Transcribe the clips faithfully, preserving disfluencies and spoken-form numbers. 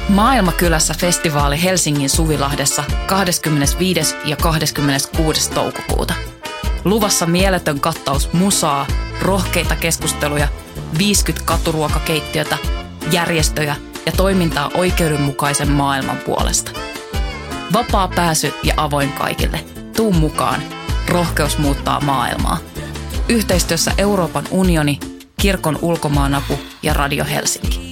Maailmakylässä festivaali Helsingin Suvilahdessa kahdeskymmenesviides ja kahdeskymmeneskuudes toukokuuta. Luvassa mieletön kattaus musaa, rohkeita keskusteluja, viisikymmentä katuruokakeittiötä, järjestöjä ja toimintaa oikeudenmukaisen maailman puolesta. Vapaa pääsy ja avoin kaikille. Tuu mukaan. Rohkeus muuttaa maailmaa. Yhteistyössä Euroopan unioni, Kirkon ulkomaanapu ja Radio Helsinki.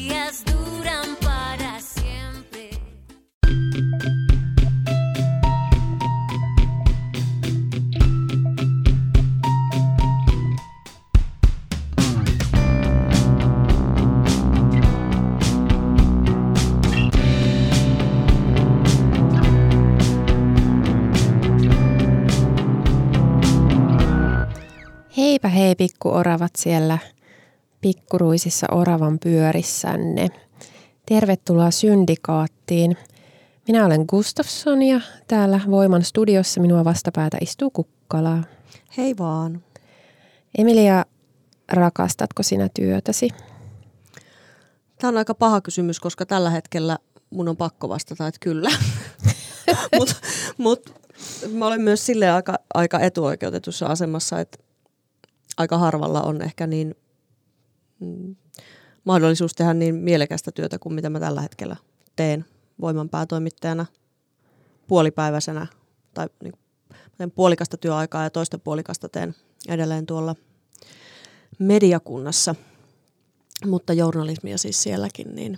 Heipä hei pikkuoravat siellä pikkuruisissa oravan pyörissänne. Tervetuloa Syndikaattiin. Minä olen Gustafsson ja täällä Voiman studiossa minua vastapäätä istuu Kukkala. Hei vaan. Emilia, rakastatko sinä työtäsi? Tämä on aika paha kysymys, koska tällä hetkellä mun on pakko vastata, että kyllä. Mutta mut, mä olen myös silleen aika, aika etuoikeutetussa asemassa, että aika harvalla on ehkä niin mm, mahdollisuus tehdä niin mielekästä työtä kuin mitä mä tällä hetkellä teen Voiman päätoimittajana puolipäiväisenä. Tai niin, teen puolikasta työaikaa ja toista puolikasta teen edelleen tuolla mediakunnassa. Mutta journalismia siis sielläkin, niin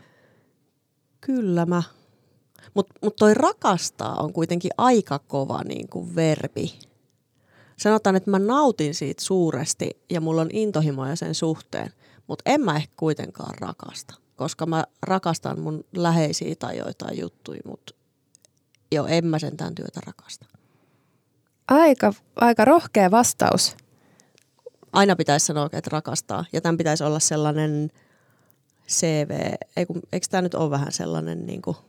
kyllä mä. Mutta mut toi rakastaa on kuitenkin aika kova niin kuin verbi. Sanotaan, että mä nautin siitä suuresti ja mulla on intohimoja sen suhteen, mutta en mä ehkä kuitenkaan rakasta, koska mä rakastan mun läheisiä tai joitain juttuja, mutta joo, en mä sentään työtä rakasta. Aika, aika rohkea vastaus. Aina pitäisi sanoa, että rakastaa ja tämän pitäisi olla sellainen C V, eikö, eikö tämä nyt ole vähän sellainen niin kuin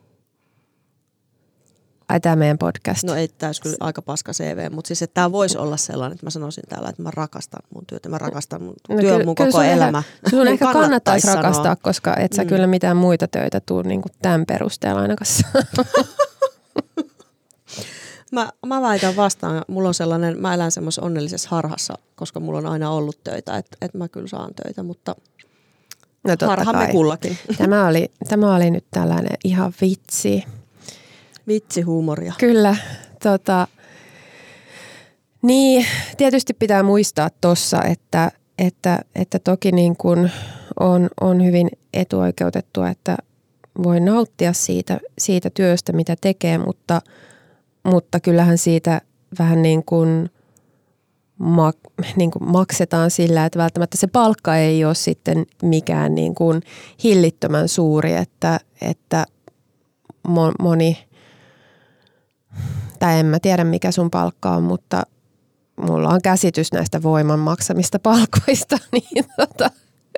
Ai tämä meidän podcast. No ei, tämä olisi kyllä aika paska C V, mutta siis että tämä voisi olla sellainen, että mä sanoisin täällä, että mä rakastan mun työtä, mä rakastan mun no työn, kyllä, mun kyllä koko elämä. Sun ehkä kannattaisi rakastaa, sanoa. Koska et sä mm. kyllä mitään muita töitä tuu niinku tämän perusteella ainakaan. mä, mä väitän vastaan, mulla on sellainen, mä elän semmoisessa onnellisessa harhassa, koska mulla on aina ollut töitä, että et mä kyllä saan töitä, mutta no harha me kullakin. Tämä oli, tämä oli nyt tällainen ihan vitsi. Vitsihuumoria. Kyllä. Tota, niin, tietysti pitää muistaa tuossa, että, että, että toki niin kun on, on hyvin etuoikeutettua, että voi nauttia siitä, siitä työstä, mitä tekee, mutta, mutta kyllähän siitä vähän niin kuin, mak, niin kuin maksetaan sillä, että välttämättä se palkka ei ole sitten mikään niin kuin hillittömän suuri, että, että moni tai en mä tiedä mikä sun palkka on, mutta mulla on käsitys näistä Voiman maksamista palkoista, niin tota,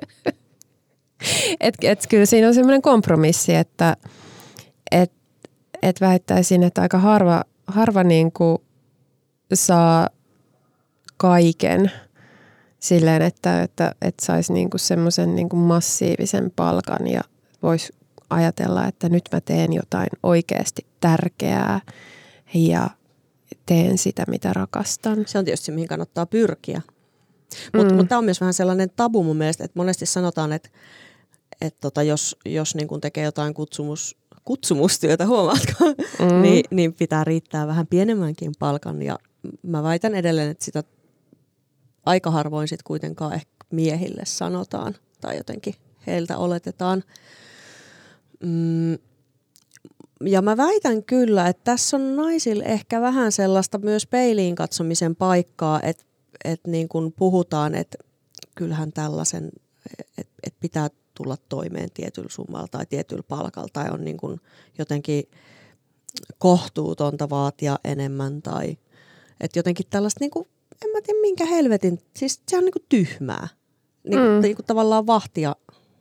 et, et kyllä siinä on semmoinen kompromissi, että et, et väittäisin, että aika harva, harva niinku saa kaiken silleen, että, että, että saisi niinku semmoisen niinku massiivisen palkan ja voisi ajatella, että nyt mä teen jotain oikeasti tärkeää ja teen sitä, mitä rakastan. Se on tietysti se, mihin kannattaa pyrkiä. Mutta mm. mut tämä on myös vähän sellainen tabu mun mielestä, että monesti sanotaan, että, että tota, jos, jos niin kun tekee jotain kutsumus, kutsumustyötä, huomaatko, mm. niin, niin pitää riittää vähän pienemmänkin palkan. Ja mä väitän edelleen, että sitä aika harvoin sit kuitenkaan ehkä miehille sanotaan tai jotenkin heiltä oletetaan. Mm. Ja mä väitän kyllä, että tässä on naisilla ehkä vähän sellaista myös peiliin katsomisen paikkaa, että, että niin kuin puhutaan, että kyllähän tällaisen, että, että pitää tulla toimeen tietyllä summalla tai tietyllä palkalla tai on niin kuin jotenkin kohtuutonta vaatia enemmän tai että jotenkin tällaista, niin kuin, en mä tiedä minkä helvetin, siis se on niin kuin tyhmää, niin kuin, mm. niin kuin tavallaan vahtia,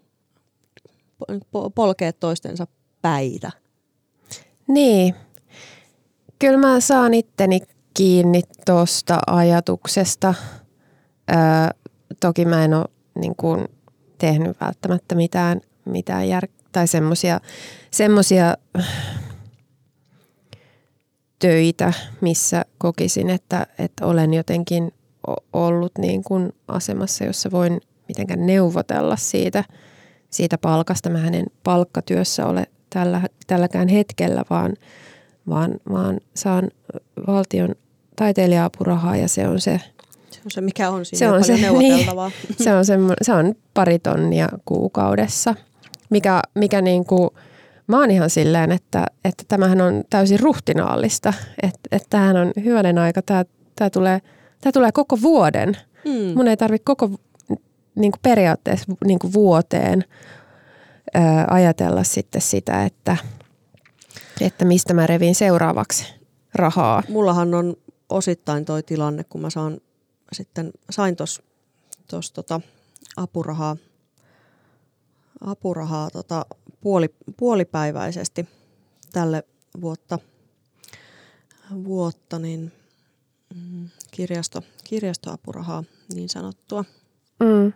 polkea toistensa päitä. Niin. Kyllä mä saan itteni kiinni tuosta ajatuksesta. Öö, toki mä en ole niin kuin tehnyt välttämättä mitään, mitään jär, tai semmoisia semmoisia töitä, missä kokisin, että, että olen jotenkin ollut niin kuin asemassa, jossa voin mitenkään neuvotella siitä, siitä palkasta. Mä en palkkatyössä ole tällä, tälläkään hetkellä, vaan, vaan, vaan saan valtion taiteilija-apurahaa ja se on se, se on se, mikä on siinä se on paljon se, neuvoteltavaa. Niin, se, on semmo, se on pari tonnia kuukaudessa, mikä, mikä niin kuin, mä oon ihan silleen, että, että tämähän on täysin ruhtinaallista, että, että tämähän on hyvänen aika, tämä, tämä, tulee, tämä tulee koko vuoden. Mm. Mun ei tarvitse koko niin kuin periaatteessa niin kuin vuoteen ää, ajatella sitten sitä, että, että mistä mä revin seuraavaksi rahaa. Mullahan on osittain toi tilanne, kun mä saan sitten sain tuossa tota, apurahaa, apurahaa tota, puoli, puolipäiväisesti tälle vuotta, vuotta niin mm, kirjasto, kirjastoapurahaa niin sanottua. Mm.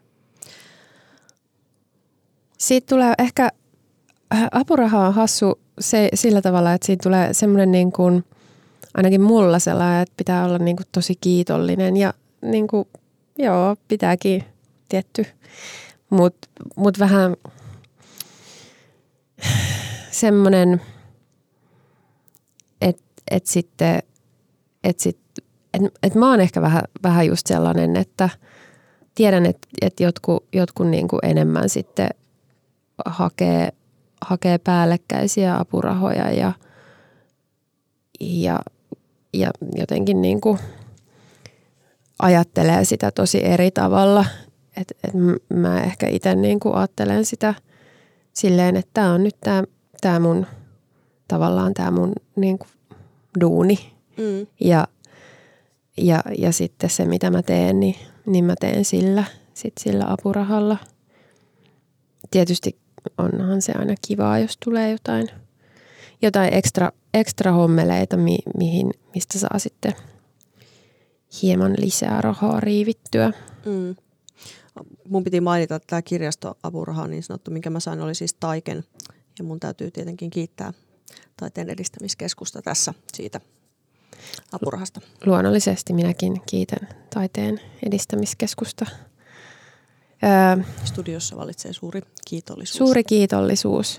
Siitä tulee ehkä, apuraha on hassu se, sillä tavalla, että siitä tulee semmoinen niin kuin, ainakin mulla sellainen, että pitää olla niin kuin tosi kiitollinen ja niin kuin, joo, pitääkin tietty, mutta mut vähän semmoinen, että et sitten, että sit, et, et mä oon ehkä vähän, vähän just sellainen, että tiedän, että et jotkut, jotkut niin kuin enemmän sitten hakee, hakee päällekkäisiä apurahoja ja, ja, ja jotenkin niin kuin ajattelee sitä tosi eri tavalla. Et, et mä ehkä itse niin kuin ajattelen sitä silleen, että tämä on nyt tämä, tämä mun, tavallaan tämä mun niin kuin duuni. Mm. Ja, ja, ja sitten se, mitä mä teen, niin, niin mä teen sillä, sit sillä apurahalla. Tietysti onhan se aina kivaa, jos tulee jotain, jotain ekstra, ekstra hommeleita, mi, mihin, mistä saa sitten hieman lisää rahaa riivittyä. Mm. Mun piti mainita, että tämä kirjastoapuraha niin sanottu, minkä mä sain, oli siis Taiken. Ja mun täytyy tietenkin kiittää Taiteen edistämiskeskusta tässä siitä apurahasta. Luonnollisesti minäkin kiitän Taiteen edistämiskeskusta. Öö, Studiossa valitsee suuri kiitollisuus. Suuri kiitollisuus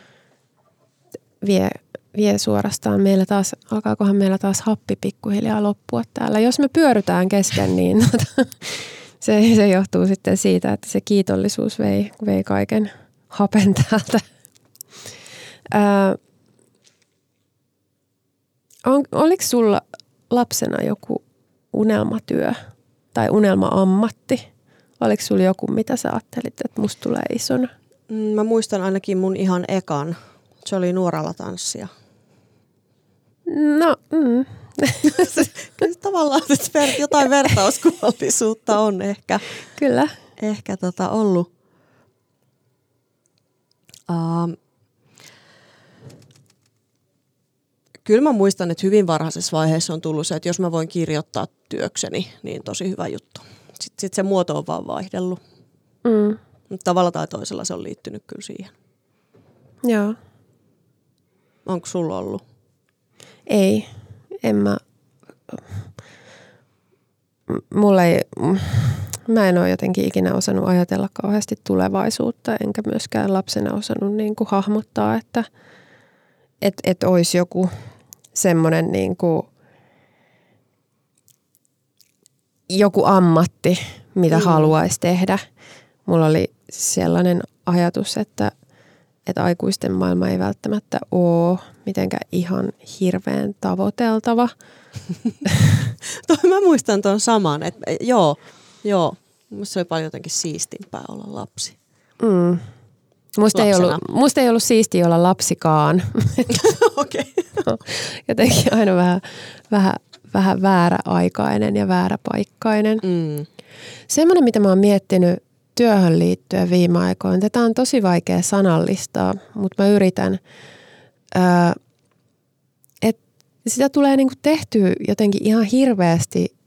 vie, vie suorastaan. Meillä taas, alkaakohan meillä taas happi pikkuhiljaa loppua täällä. Jos me pyörytään kesken, niin se, se johtuu sitten siitä, että se kiitollisuus vei, vei kaiken hapen täältä. Öö, on, oliko sulla lapsena joku unelmatyö tai unelma-ammatti? Oliko sulla joku, mitä sä ajattelit, että musta tulee isona? Mä muistan ainakin mun ihan ekan. Se oli nuoralatanssia. No, mm. Tavallaan jotain vertauskuvallisuutta on ehkä. Kyllä. Ehkä tota ollut. Uh, kyllä mä muistan, että hyvin varhaisessa vaiheessa on tullut se, että jos mä voin kirjoittaa työkseni, niin tosi hyvä juttu. Sitten sit se muoto on vaan vaihdellut. Mm. Mutta tavalla tai toisella se on liittynyt kyllä siihen. Joo. Onko sulla ollut? Ei. En mä. Mulla ei, mä en ole jotenkin ikinä osannut ajatella kauheasti tulevaisuutta, enkä myöskään lapsena osannut niin kuin hahmottaa, että et, et olisi joku semmoinen niin kuin joku ammatti, mitä mm. haluaisi tehdä. Mulla oli sellainen ajatus, että, että aikuisten maailma ei välttämättä ole mitenkään ihan hirveän tavoiteltava. Mä muistan tuon saman, että joo, joo, musta se oli paljon jotenkin siistimpää olla lapsi. Mm. Musta, ei ollut, musta ei ollut siistiä olla lapsikaan. Okei. Okay. Jotenkin aina vähän, vähän, vähän vääräaikainen ja vääräpaikkainen. Mm. Semmoinen, mitä mä oon miettinyt työhön liittyen viime aikoina, tätä on tosi vaikea sanallistaa, mutta mä yritän, että sitä tulee niinku tehtyä jotenkin ihan hirveästi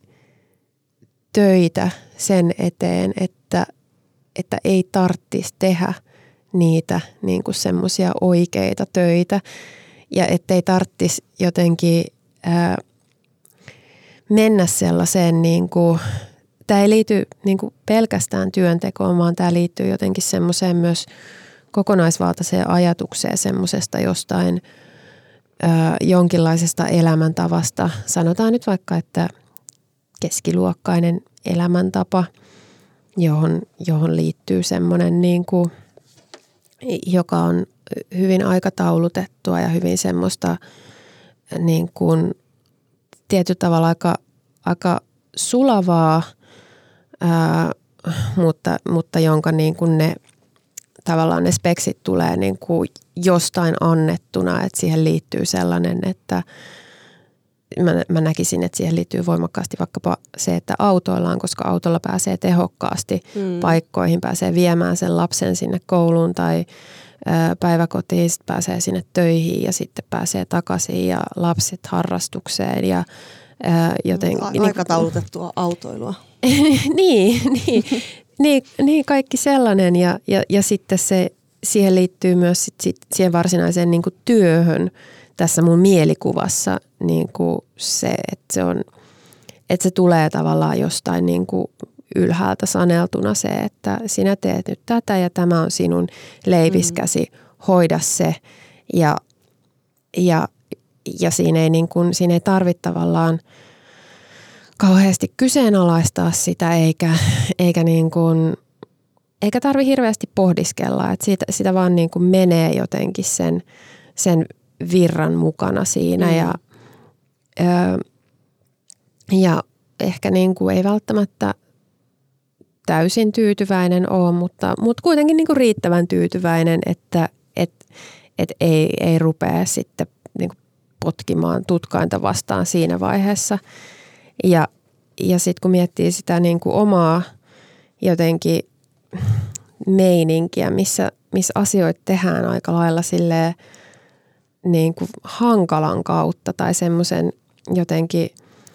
töitä sen eteen, että, että ei tarvitsisi tehdä niitä niin kuin semmoisia oikeita töitä ja ettei tarvitsisi jotenkin ää, mennä sellaiseen, niin kuin, tämä ei liity niin kuin pelkästään työntekoon, vaan tämä liittyy jotenkin semmoiseen myös kokonaisvaltaiseen ajatukseen semmoisesta jostain ää, jonkinlaisesta elämäntavasta. Sanotaan nyt vaikka, että keskiluokkainen elämäntapa, johon, johon liittyy semmoinen, niin kuin, joka on hyvin aikataulutettua ja hyvin semmoista niin kuin, tietyllä tavalla aika, aika sulavaa, ää, mutta, mutta jonka niin kuin ne, tavallaan ne speksit tulee niin kuin jostain annettuna, että siihen liittyy sellainen, että Mä, mä näkisin, että siihen liittyy voimakkaasti vaikkapa se, että autoillaan, koska autolla pääsee tehokkaasti mm. paikkoihin, pääsee viemään sen lapsen sinne kouluun tai ö, päiväkotiin, sitten pääsee sinne töihin ja sitten pääsee takaisin ja lapset harrastukseen. Ja, ö, joten, A- aikataulutettua autoilua. niin, niin, niin, niin, kaikki sellainen ja, ja, ja sitten se, siihen liittyy myös sit, sit siihen varsinaiseen niin kuin työhön. Tässä mun mielikuvassa niin kuin se, että se, on, että se tulee tavallaan jostain niin kuin ylhäältä saneltuna se, että sinä teet nyt tätä ja tämä on sinun leiviskäsi, hoida se. Ja, ja, ja siinä ei, niin kuin, siinä ei tarvitse tavallaan kauheasti kyseenalaistaa sitä eikä, eikä, niin kuin, eikä tarvi hirveästi pohdiskella. Että siitä, sitä vaan niin kuin menee jotenkin sen, sen virran mukana siinä mm. ja, ö, ja ehkä niin kuin ei välttämättä täysin tyytyväinen ole, mutta, mutta kuitenkin niin kuin riittävän tyytyväinen, että et, et ei, ei rupea sitten niin kuin potkimaan tutkainta vastaan siinä vaiheessa. Ja, ja sitten kun miettii sitä niin kuin omaa jotenkin meininkiä, missä, missä asioita tehdään aika lailla silleen niin kuin hankalan kautta tai semmoisen jotenkin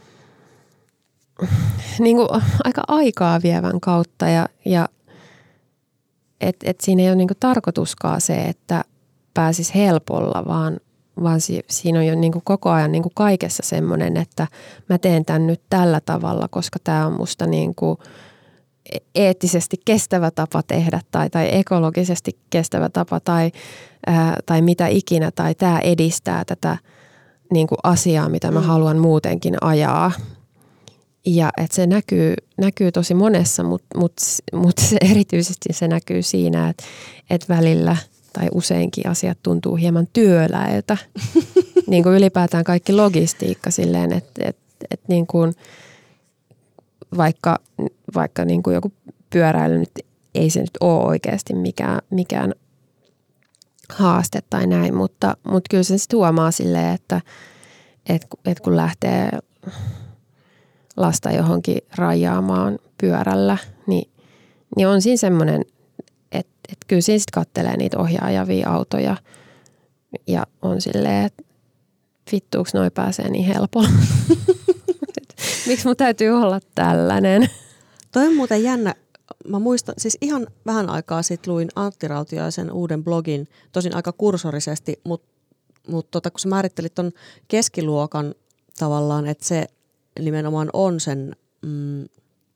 niin kuin aika aikaa vievän kautta ja, ja että et siinä ei ole niin kuin tarkoituskaan se, että pääsisi helpolla, vaan, vaan si, siinä on jo niin kuin koko ajan niin kuin kaikessa semmoinen, että mä teen tämän nyt tällä tavalla, koska tämä on musta niin kuin eettisesti kestävä tapa tehdä tai, tai ekologisesti kestävä tapa tai, ää, tai mitä ikinä tai tämä edistää tätä niin kuin asiaa, mitä mä mm. haluan muutenkin ajaa. Ja että se näkyy, näkyy tosi monessa, mutta mut, mut erityisesti se näkyy siinä, että et välillä tai useinkin asiat tuntuu hieman työläiltä. Niin kuin ylipäätään kaikki logistiikka silleen, että et, et niin kuin vaikka, vaikka niin kuin joku pyöräily nyt ei se nyt ole oikeasti mikään, mikään haaste tai näin, mutta, mutta kyllä se sitten huomaa silleen, että et, et kun lähtee lasta johonkin rajaamaan pyörällä, niin, niin on siinä semmoinen, että, että kyllä siinä sitten kattelee niitä ohjaajavia autoja ja on silleen, että vittuuks noi pääsee niin helpolla. Miksi mun täytyy olla tällainen? Toi on muuten jännä. Mä muistan, siis ihan vähän aikaa sitten luin Antti Rautiaisen uuden blogin, tosin aika kursorisesti, mutta mut tota, kun sä määrittelit ton keskiluokan tavallaan, että se nimenomaan on sen mm,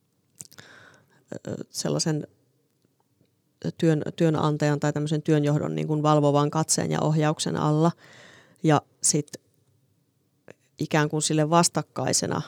sellaisen työn, työnantajan tai tämmöisen työnjohdon niin kuin valvovan katseen ja ohjauksen alla ja sitten ikään kuin sille vastakkaisena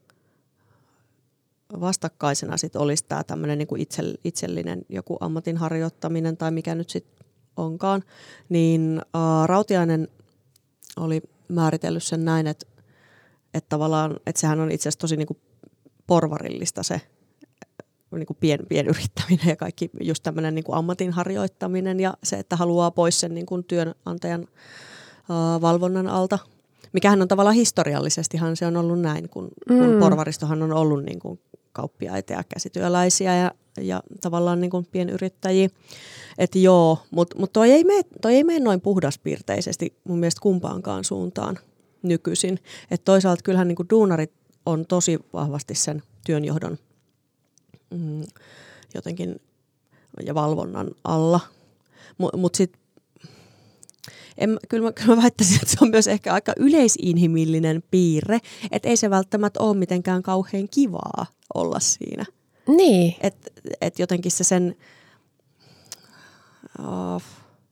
vastakkaisena sit olisi tämä tämmöinen niinku itsellinen joku ammatin harjoittaminen tai mikä nyt sitten onkaan, niin ää, Rautiainen oli määritellyt sen näin, että et tavallaan, että sehän on itse asiassa tosi niinku porvarillista se niinku pien, pienyrittäminen ja kaikki just tämmöinen niinku ammatin harjoittaminen ja se, että haluaa pois sen niinku työnantajan ää, valvonnan alta. Mikähän on tavallaan historiallisestihan se on ollut näin, kun, mm. kun porvaristohan on ollut niin kuin kauppiaita ja käsityöläisiä ja, ja tavallaan niin kuin pienyrittäjiä. Että joo, mutta mut toi ei mene toi ei mene noin puhdaspiirteisesti mun mielestä kumpaankaan suuntaan nykyisin. Että toisaalta kyllähän niin kuin duunarit on tosi vahvasti sen työnjohdon mm, jotenkin ja valvonnan alla. Mutta mut sitten kyllä mä, kyllä mä väittäisin, että se on myös ehkä aika yleisinhimillinen piirre, että ei se välttämättä ole mitenkään kauhean kivaa olla siinä. Niin. Että et jotenkin se sen... Oh,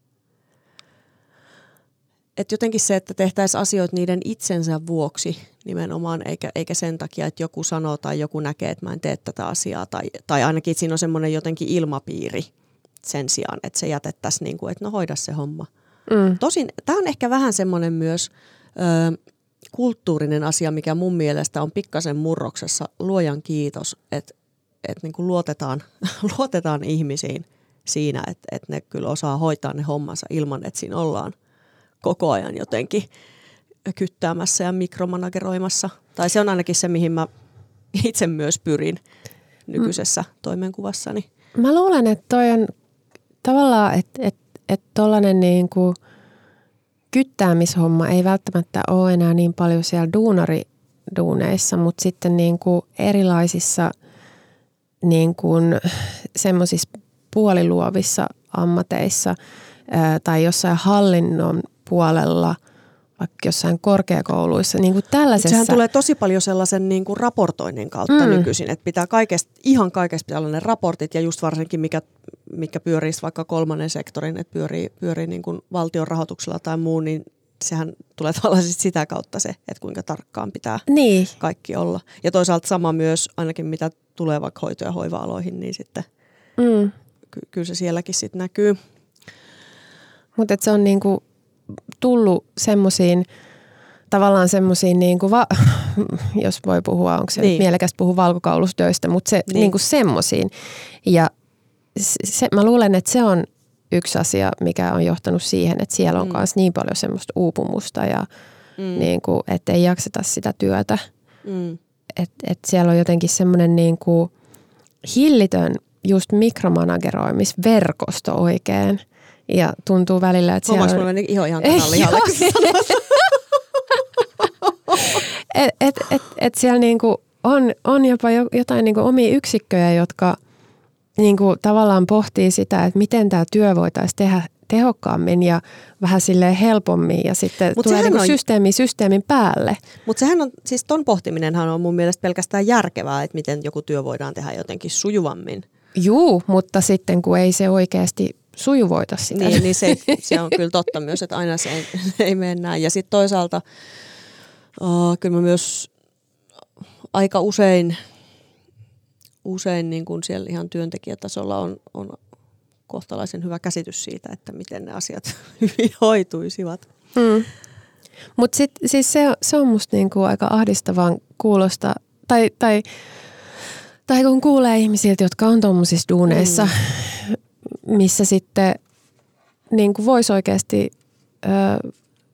että jotenkin se, että tehtäisiin asioita niiden itsensä vuoksi nimenomaan, eikä, eikä sen takia, että joku sanoo tai joku näkee, että mä en tee tätä asiaa. Tai, tai ainakin, että siinä on semmoinen jotenkin ilmapiiri sen sijaan, että se jätettäisiin niin kuin, että no hoida se homma. Mm. Tosin tämä on ehkä vähän semmoinen myös ö, kulttuurinen asia, mikä mun mielestä on pikkasen murroksessa. Luojan kiitos, että, että niin kuin luotetaan, luotetaan ihmisiin siinä, että, että ne kyllä osaa hoitaa ne hommansa ilman, että siinä ollaan koko ajan jotenkin kyttäämässä ja mikromanageroimassa. Tai se on ainakin se, mihin mä itse myös pyrin nykyisessä mm. toimenkuvassani. Mä luulen, että toi on tavallaan, että et, et tollainen niinku kyttäämishomma ei välttämättä ole enää niin paljon siellä duunariduuneissa, mutta sitten niinku erilaisissa niinku semmoisissa puoliluovissa ammateissa ää, tai jossain hallinnon puolella, vaikka jossain korkeakouluissa, niin kuin tällaisessa. Sehän tulee tosi paljon sellaisen niin kuin raportoinnin kautta mm. nykyisin, että pitää kaikesta, ihan kaikesta pitää olla ne raportit ja just varsinkin mikä, mikä pyörii vaikka kolmannen sektorin, että pyörii, pyörii niin kuin valtion rahoituksella tai muu, niin sehän tulee tavallaan sitä kautta se, että kuinka tarkkaan pitää niin. kaikki olla. Ja toisaalta sama myös ainakin mitä tulee vaikka hoito- ja hoiva-aloihin, niin sitten mm. ky- kyllä se sielläkin sitten näkyy. Mutta se on niinku tullut semmoisiin, tavallaan semmoisiin, niinku va- jos voi puhua, onko se niin. mielekästä puhua valkokaulustyöstä, mutta se, niin. niinku semmoisiin. Ja se, mä luulen, että se on yksi asia, mikä on johtanut siihen, että siellä on myös mm. niin paljon semmoista uupumusta ja mm. niinku, että ei jakseta sitä työtä. Mm. Että et siellä on jotenkin semmoinen niinku hillitön just mikromanageroimisverkosto oikein. Ja tuntuu välillä, että siellä on... Huomaanko mulla iho ihan kananlihalle, kun et, et, et, et siellä niinku on, on jopa jotain niinku omia yksikköjä, jotka niinku tavallaan pohtii sitä, että miten tämä työ voitaisiin tehdä tehokkaammin ja vähän silleen helpommin ja sitten Mut tulee niinku on... systeemi systeemin päälle. Mutta sehän on, siis ton pohtiminenhan on mun mielestä pelkästään järkevää, että miten joku työ voidaan tehdä jotenkin sujuvammin. Juu, mutta sitten kun ei se oikeasti sujuvoita sitä. Niin, niin se, se on kyllä totta myös, että aina se ei, se ei mene näin. Ja sitten toisaalta uh, kyllä mä myös aika usein, usein niin kun siellä ihan työntekijätasolla on, on kohtalaisen hyvä käsitys siitä, että miten ne asiat hyvin hoituisivat. Hmm. Mutta siis se, se on musta niinku aika ahdistavan kuulosta, tai, tai, tai kun kuulee ihmisiltä, jotka on tuommoisissa duuneissa, hmm. missä sitten niin kuin voisi oikeasti ö,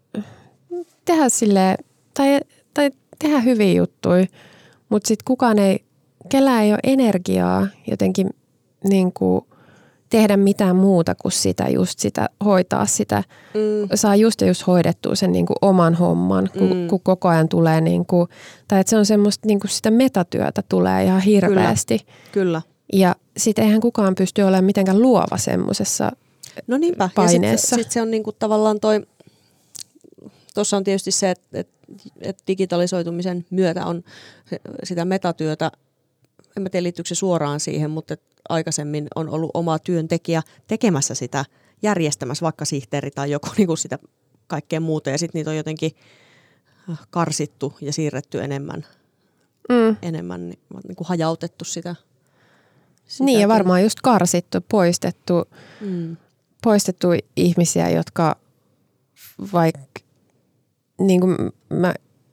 tehdä silleen, tai, tai tehdä hyviä juttuja, mutta sitten kukaan ei, kellään ei ole energiaa jotenkin niin kuin tehdä mitään muuta kuin sitä, just sitä, hoitaa sitä, mm. saa just ja just hoidettua sen niin kuin oman homman, kun, mm. kun koko ajan tulee, niin kuin, tai että se on semmoista niin kuin sitä metatyötä tulee ihan hirveästi. Kyllä, kyllä. Ja sitten eihän kukaan pysty olemaan mitenkään luova semmoisessa no niinpä. paineessa. Ja sitten sit se on niinku tavallaan toi, tuossa on tietysti se, että et, et digitalisoitumisen myötä on se, sitä metatyötä, en mä tiedä liittyykö se suoraan siihen, mutta aikaisemmin on ollut oma työntekijä tekemässä sitä, järjestämässä vaikka sihteeri tai joku niinku sitä kaikkea muuta ja sitten niitä on jotenkin karsittu ja siirretty enemmän, mm. enemmän niin kuin hajautettu sitä. Sitä niin ja varmaan just karsittu, poistettu, mm. poistettu ihmisiä, jotka vaikka, niin kuin mä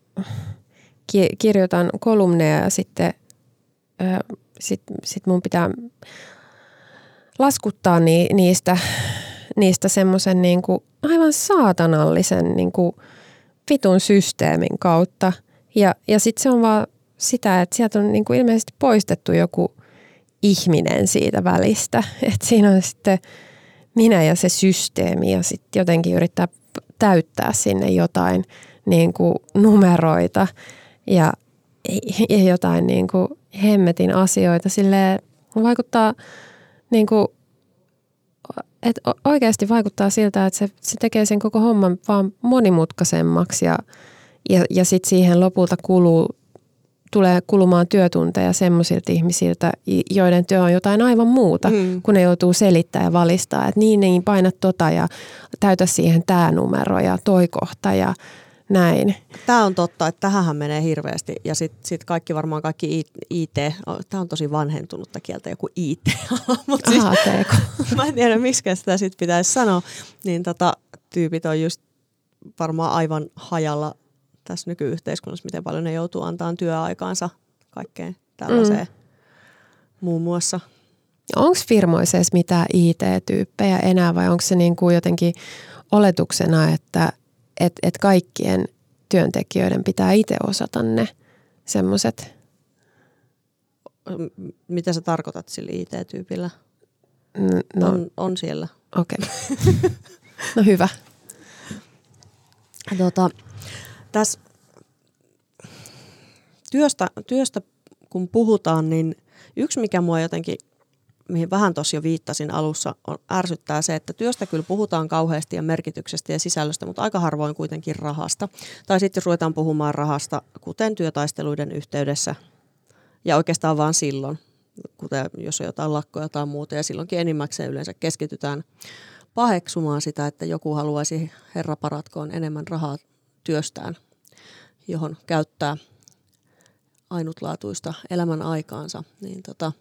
ki- kirjoitan kolumneja ja sitten äh, sit, sit mun pitää laskuttaa ni- niistä, niistä semmoisen niin kuin aivan saatanallisen niin kuin vitun systeemin kautta. Ja, ja sitten se on vaan sitä, että sieltä on niin kuin ilmeisesti poistettu joku ihminen siitä välistä. Että siinä on sitten minä ja se systeemi ja sitten jotenkin yrittää täyttää sinne jotain niin kuin numeroita ja, ja jotain niin kuin hemmetin asioita. Silleen vaikuttaa niin kuin et oikeasti vaikuttaa siltä, että se, se tekee sen koko homman vaan monimutkaisemmaksi ja, ja, ja sitten siihen lopulta kuluu, tulee kulumaan työtunteja semmoisilta ihmisiltä, joiden työ on jotain aivan muuta, mm. kun ne joutuu selittämään ja valistaa, että niin, niin paina tota ja täytä siihen tämä numero ja toi kohta ja näin. Tämä on totta, että tähän menee hirveästi ja sitten sit kaikki varmaan kaikki I T, tämä on tosi vanhentunutta kieltä, joku I T. Siis, mä en tiedä, miksi sitä sitten pitäisi sanoa, niin tota, tyypit on just varmaan aivan hajalla tässä nykyyhteiskunnassa, miten paljon ne joutuu antamaan työaikaansa kaikkeen tällaiseen mm. muun muassa. Onko firmoissa edes mitään I T-tyyppejä enää vai onko se niin kuin jotenkin oletuksena, että et, et kaikkien työntekijöiden pitää itse osata ne semmoiset? Mitä sä tarkoitat sillä I T-tyypillä? No, on, on siellä. Okei. Okay. No hyvä. Tota, tässä työstä, työstä kun puhutaan, niin yksi mikä mua jotenkin, mihin vähän tuossa jo viittasin alussa, on, ärsyttää se, että työstä kyllä puhutaan kauheasti ja merkityksestä ja sisällöstä, mutta aika harvoin kuitenkin rahasta. Tai sitten jos ruvetaan puhumaan rahasta, kuten työtaisteluiden yhteydessä ja oikeastaan vaan silloin, kuten jos on jotain lakkoja tai muuta ja silloinkin enimmäkseen yleensä keskitytään paheksumaan sitä, että joku haluaisi herra paratkoon enemmän rahaa työstään, johon käyttää ainutlaatuista elämän aikaansa, niin tota,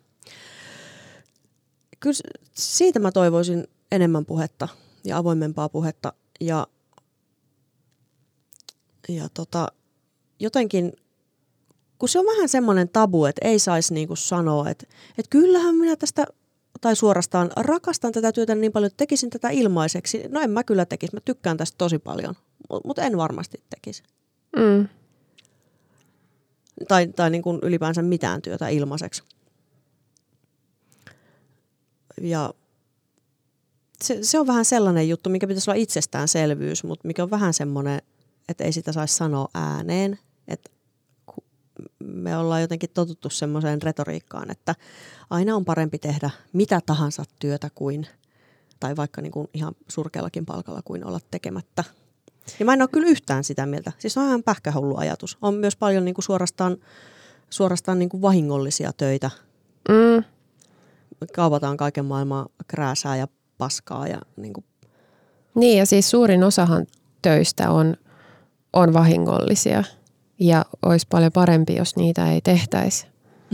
kyllä siitä mä toivoisin enemmän puhetta ja avoimempaa puhetta ja, ja tota, jotenkin, kun se on vähän semmoinen tabu, että ei saisi niinku sanoa, että, että kyllähän minä tästä tai suorastaan rakastan tätä työtä niin paljon, että tekisin tätä ilmaiseksi. No en mä kyllä tekisi, mä tykkään tästä tosi paljon, mutta en varmasti tekisi. Mm. Tai, tai niin kuin ylipäänsä mitään työtä ilmaiseksi. Ja se, se on vähän sellainen juttu, mikä pitäisi olla itsestäänselvyys, mutta mikä on vähän semmoinen, että ei sitä saisi sanoa ääneen. Että me ollaan jotenkin totuttu semmoiseen retoriikkaan, että aina on parempi tehdä mitä tahansa työtä kuin, tai vaikka niin kuin ihan surkeallakin palkalla kuin olla tekemättä. Ja mä en ole kyllä yhtään sitä mieltä. Siis on ihan pähkähullu ajatus. On myös paljon niin kuin suorastaan, suorastaan niin kuin vahingollisia töitä. Mm. Kaupataan kaiken maailman krääsää ja paskaa. Ja niin, kuin. Niin ja siis suurin osahan töistä on, on vahingollisia. Ja olisi paljon parempi, jos niitä ei tehtäisi.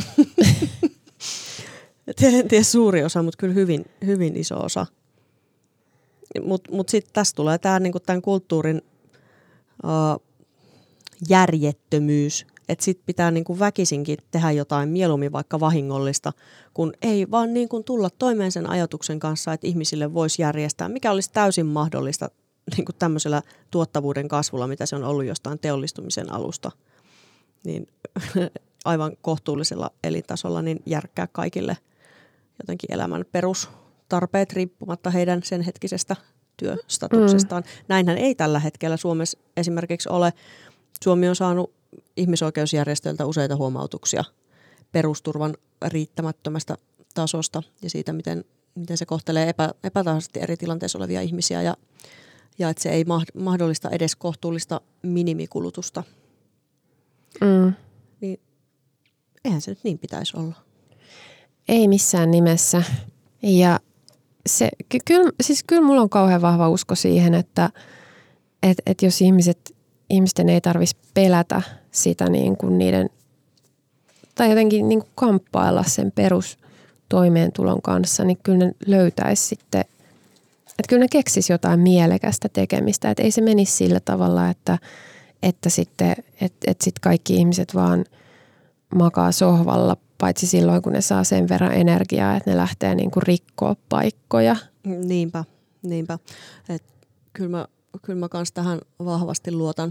En tiedä suuri osa, mutta kyllä hyvin, hyvin iso osa. Mutta mut sitten tässä tulee tämä niinku tämän kulttuurin uh, järjettömyys. Että sitten pitää niinku väkisinkin tehdä jotain mieluummin vaikka vahingollista, kun ei vaan niinku tulla toimeen sen ajatuksen kanssa, että ihmisille voisi järjestää, mikä olisi täysin mahdollista niinku tämmöisellä tuottavuuden kasvulla, mitä se on ollut jostain teollistumisen alusta, niin aivan kohtuullisella elintasolla niin järkkää kaikille jotenkin elämän perustarpeet riippumatta heidän sen hetkisestä työstatuksestaan. Mm. Näinhän ei tällä hetkellä Suomessa esimerkiksi ole. Suomi on saanut ihmisoikeusjärjestöiltä useita huomautuksia perusturvan riittämättömästä tasosta ja siitä, miten, miten se kohtelee epä, epätasaisesti eri tilanteissa olevia ihmisiä ja ja että se ei mahdollista edes kohtuullista minimikulutusta. Mm. Niin eihän se nyt niin pitäisi olla. Ei missään nimessä. Ja se, ky- kyllä, siis kyllä mulla on kauhean vahva usko siihen, että et, et jos ihmiset, ihmisten ei tarvitsisi pelätä sitä niin kuin niiden, tai jotenkin niin kuin kamppailla sen perustoimeentulon kanssa, niin kyllä ne löytäisi sitten. Että kyllä ne keksisi jotain mielekästä tekemistä, että ei se menisi sillä tavalla, että, että sitten että, että sit kaikki ihmiset vaan makaa sohvalla, paitsi silloin kun ne saa sen verran energiaa, että ne lähtee niinku rikkoa paikkoja. Niinpä, niinpä. Et kyllä mä, kyllä mä kans tähän vahvasti luotan.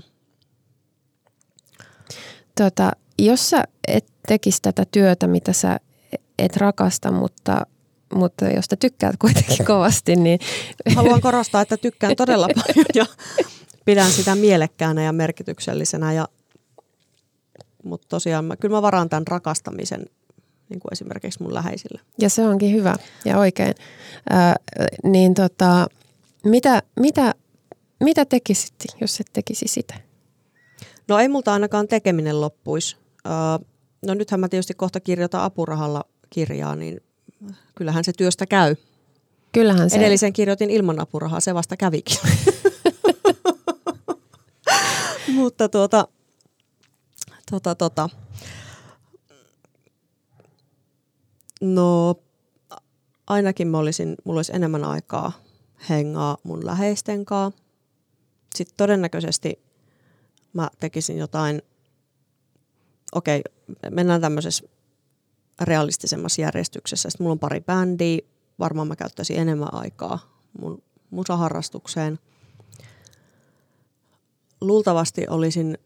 Tota, jos sä et tekisi tätä työtä, mitä sä et rakasta, mutta mutta jos te tykkäät kuitenkin kovasti, niin haluan korostaa, että tykkään todella paljon ja pidän sitä mielekkäänä ja merkityksellisenä. Ja, mutta tosiaan mä, kyllä mä varaan tämän rakastamisen niin kuin esimerkiksi mun läheisille. Ja se onkin hyvä ja oikein. Ää, niin tota, mitä, mitä, mitä tekisit, jos et tekisi sitä? No ei multa ainakaan tekeminen loppuisi. Ää, no nythän mä tietysti kohta kirjoitan apurahalla kirjaa, niin kyllähän se työstä käy. Kyllähän se. Edellisen kirjoitin ilman apurahaa, se vasta kävikin. Mutta tuota, tuota, tuota. No ainakin mä olisin, mulla olisi enemmän aikaa hengaa mun läheisten kanssa. Sitten todennäköisesti mä tekisin jotain, okei, mennään tämmöisessä realistisemmassa järjestyksessä. Sitten mulla on pari bändiä, varmaan mä käyttäisin enemmän aikaa mun musaharrastukseen. Luultavasti olisin,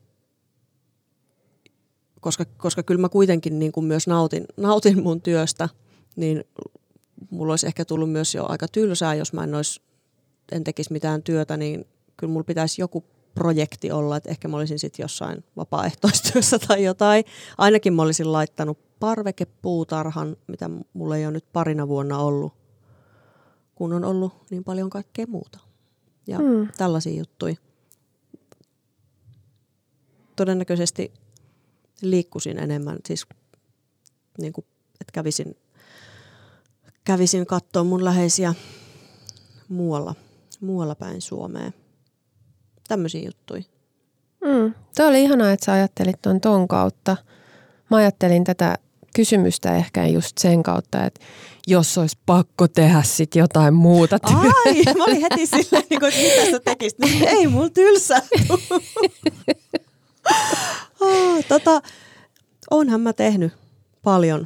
koska, koska kyllä mä kuitenkin niin kuin myös nautin, nautin mun työstä, niin mulla olisi ehkä tullut myös jo aika tylsää, jos mä en, olisi, en tekisi mitään työtä, niin kyllä mulla pitäisi joku projekti olla, että ehkä mä olisin sitten jossain vapaaehtoistyössä tai jotain. Ainakin mä olisin laittanut parvekepuutarhan, mitä mulla ei ole nyt parina vuonna ollut, kun on ollut niin paljon kaikkea muuta. Ja hmm. tällaisia juttuja. Todennäköisesti liikkuisin enemmän, siis niin kuin, että kävisin, kävisin katsoa mun läheisiä muualla, muualla päin Suomea. Tämmöisiä juttuja. Mm. Tuo oli ihanaa, että sä ajattelit ton ton kautta. Mä ajattelin tätä kysymystä ehkä just sen kautta, että jos olisi pakko tehdä sit jotain muuta työtä. Ai, mä olin heti silleen, että mitä sä tekisit. Ei, mulla tylsää. oh, tota, onhan mä tehnyt paljon,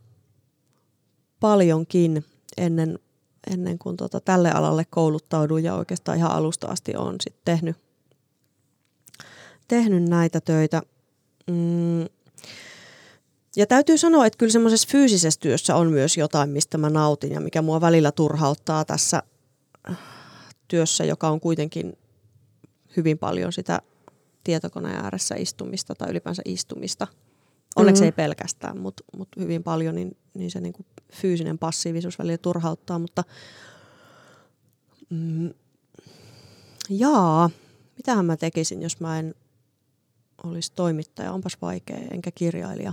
paljonkin ennen, ennen kuin tota tälle alalle kouluttauduin ja oikeastaan ihan alusta asti olen sit tehnyt, tehnyt näitä töitä. Mm. Ja täytyy sanoa, että kyllä semmoisessa fyysisessä työssä on myös jotain, mistä mä nautin ja mikä mua välillä turhauttaa tässä työssä, joka on kuitenkin hyvin paljon sitä tietokoneen ääressä istumista tai ylipäänsä istumista. Onneksi mm-hmm. ei pelkästään, mutta mut hyvin paljon niin, niin se niinku fyysinen passiivisuus välillä turhauttaa. Mutta mm, jaa, mitähän mä tekisin, jos mä en olisi toimittaja? Onpas vaikea, enkä kirjailija.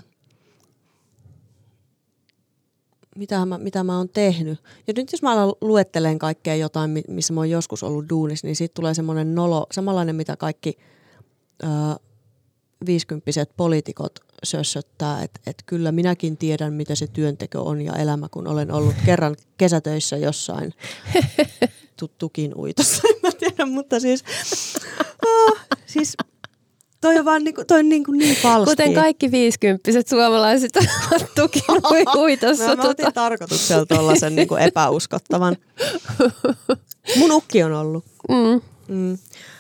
Mitähän mä, mitä mä oon tehnyt. Ja nyt jos mä alan luettelemaan kaikkea jotain, missä mä oon joskus ollut duunissa, niin siitä tulee semmoinen nolo, samanlainen mitä kaikki ö, viisikymppiset poliitikot sössöttää, että et kyllä minäkin tiedän, mitä se työnteko on ja elämä, kun olen ollut kerran kesätöissä jossain tukin uitossa. En mä tiedä, mutta siis, oh, siis toi on vaan niinku, toi on niinku niin falski. Kuten kaikki viisikymppiset suomalaiset tukin uitossa. Mä, mä otin tota. tarkoituksella tuollaisen niinku epäuskottavan. Mun ukki on ollut. Mm. Mm.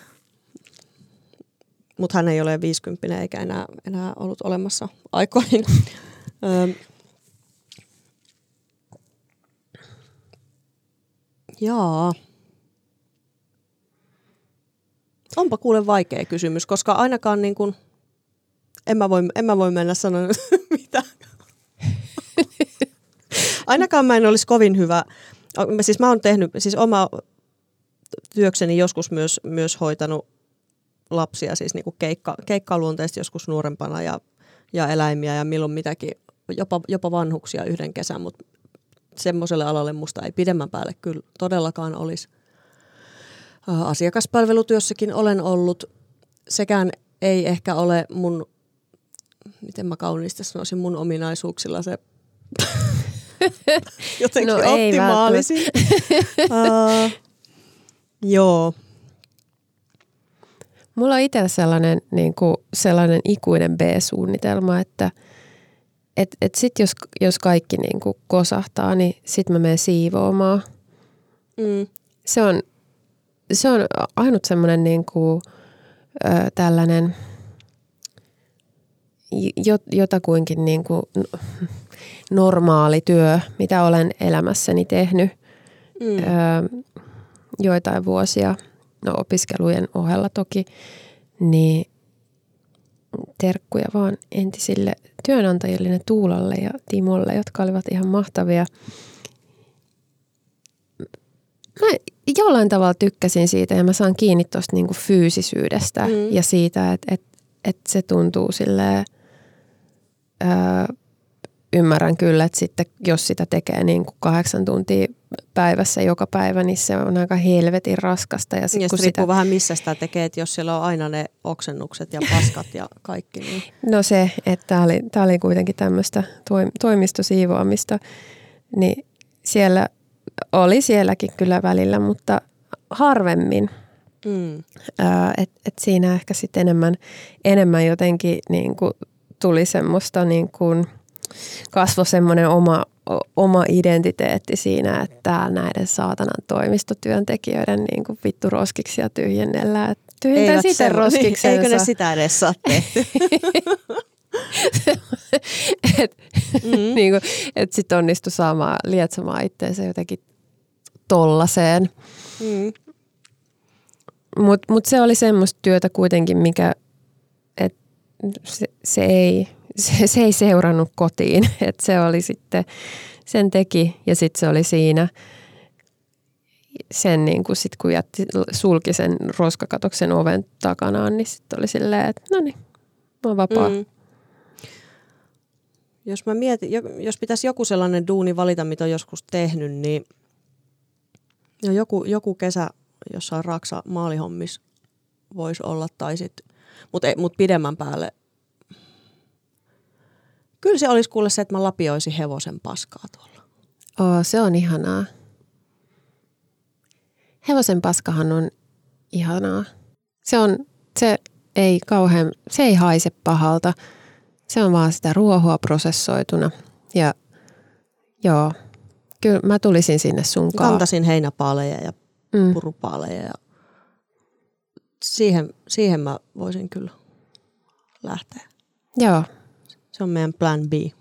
Mutta hän ei ole viisikymppinen eikä enää, enää ollut olemassa aikoihin. Öö. Jaa. Onpa kuule vaikea kysymys, koska ainakaan niin kuin, en mä voi, en mä voi mennä sanoa mitä. Ainakaan mä en olisi kovin hyvä. Siis mä oon tehnyt, siis oma työkseni joskus myös, myös hoitanut lapsia, siis niin kuin keikka, keikkaluonteisesti joskus nuorempana ja, ja eläimiä ja milloin mitäkin, jopa, jopa vanhuksia yhden kesän, mutta semmoiselle alalle musta ei pidemmän päälle kyllä todellakaan olisi. Asiakaspalvelutyössäkin olen ollut. Sekään ei ehkä ole mun, miten mä kauniisti sanoisin, mun ominaisuuksilla se jotenkin no optimaalisin. uh, joo. Mulla on itsellä sellainen, niin kuin, sellainen ikuinen B-suunnitelma, että et, et sit jos, jos kaikki niin kuin kosahtaa, niin sit mä menen siivoamaan. Mm. Se on Se on ainut semmoinen niin kuin, ö, tällainen jotakuinkin niin kuin normaali työ, mitä olen elämässäni tehnyt mm. ö, joitain vuosia, no opiskelujen ohella toki, niin terkkuja vaan entisille työnantajille, Tuulalle ja Timolle, jotka olivat ihan mahtavia. Mä jollain tavalla tykkäsin siitä ja mä saan kiinni tuosta niinku fyysisyydestä mm. ja siitä, että et, et se tuntuu silleen, öö, ymmärrän kyllä, että sitten jos sitä tekee niinku kahdeksan tuntia päivässä joka päivä, niin se on aika helvetin raskasta. Ja sitten ja kun riippuu sitä vähän missä sitä tekee, että jos siellä on aina ne oksennukset ja paskat ja kaikki. Niin. No se, että tämä oli, tää oli kuitenkin tämmöistä toimistosiivoamista, niin siellä oli sielläkin kyllä välillä, mutta harvemmin. Mm. Että et siinä ehkä sitten enemmän, enemmän jotenkin niin kuin tuli semmoista, niin kuin kasvoi semmoinen oma, oma identiteetti siinä, että täällä näiden saatanan toimistotyöntekijöiden niin kuin vittu roskiksia tyhjennellään. Tyhjentää sitä roskiksensa. Eikö ne sitä edes saa tehty? että mm-hmm. niin et sitten onnistui saamaan lietsomaan itseensä jotenkin tollaseen. Mm. Mutta mut se oli semmoista työtä kuitenkin, mikä et se, se, ei, se, se ei seurannut kotiin. Et se oli sitten, sen teki ja sitten se oli siinä. Sen niin kun, sit, kun jätti, sulki sen roskakatoksen oven takanaan, niin sitten oli silleen, että no niin, mä oon vapaa. Mm. Jos mä mietin, jos pitäisi joku sellainen duuni valita, mitä on joskus tehnyt, niin ja joku, joku kesä jossain Raksa maalihommis voisi olla, tai sit, mutta mut pidemmän päälle. Kyllä se olisi kuule se, että mä lapioisin hevosen paskaa tuolla. Oo, se on ihanaa. Hevosen paskahan on ihanaa. Se on, se ei kauhean, se ei haise pahalta. Se on vaan sitä ruohoa prosessoituna. Ja joo, kyllä mä tulisin sinne sunkaan. Kantasin heinäpaaleja ja mm. purupaaleja. Ja siihen, siihen mä voisin kyllä lähteä. Joo. Se on meidän plan B.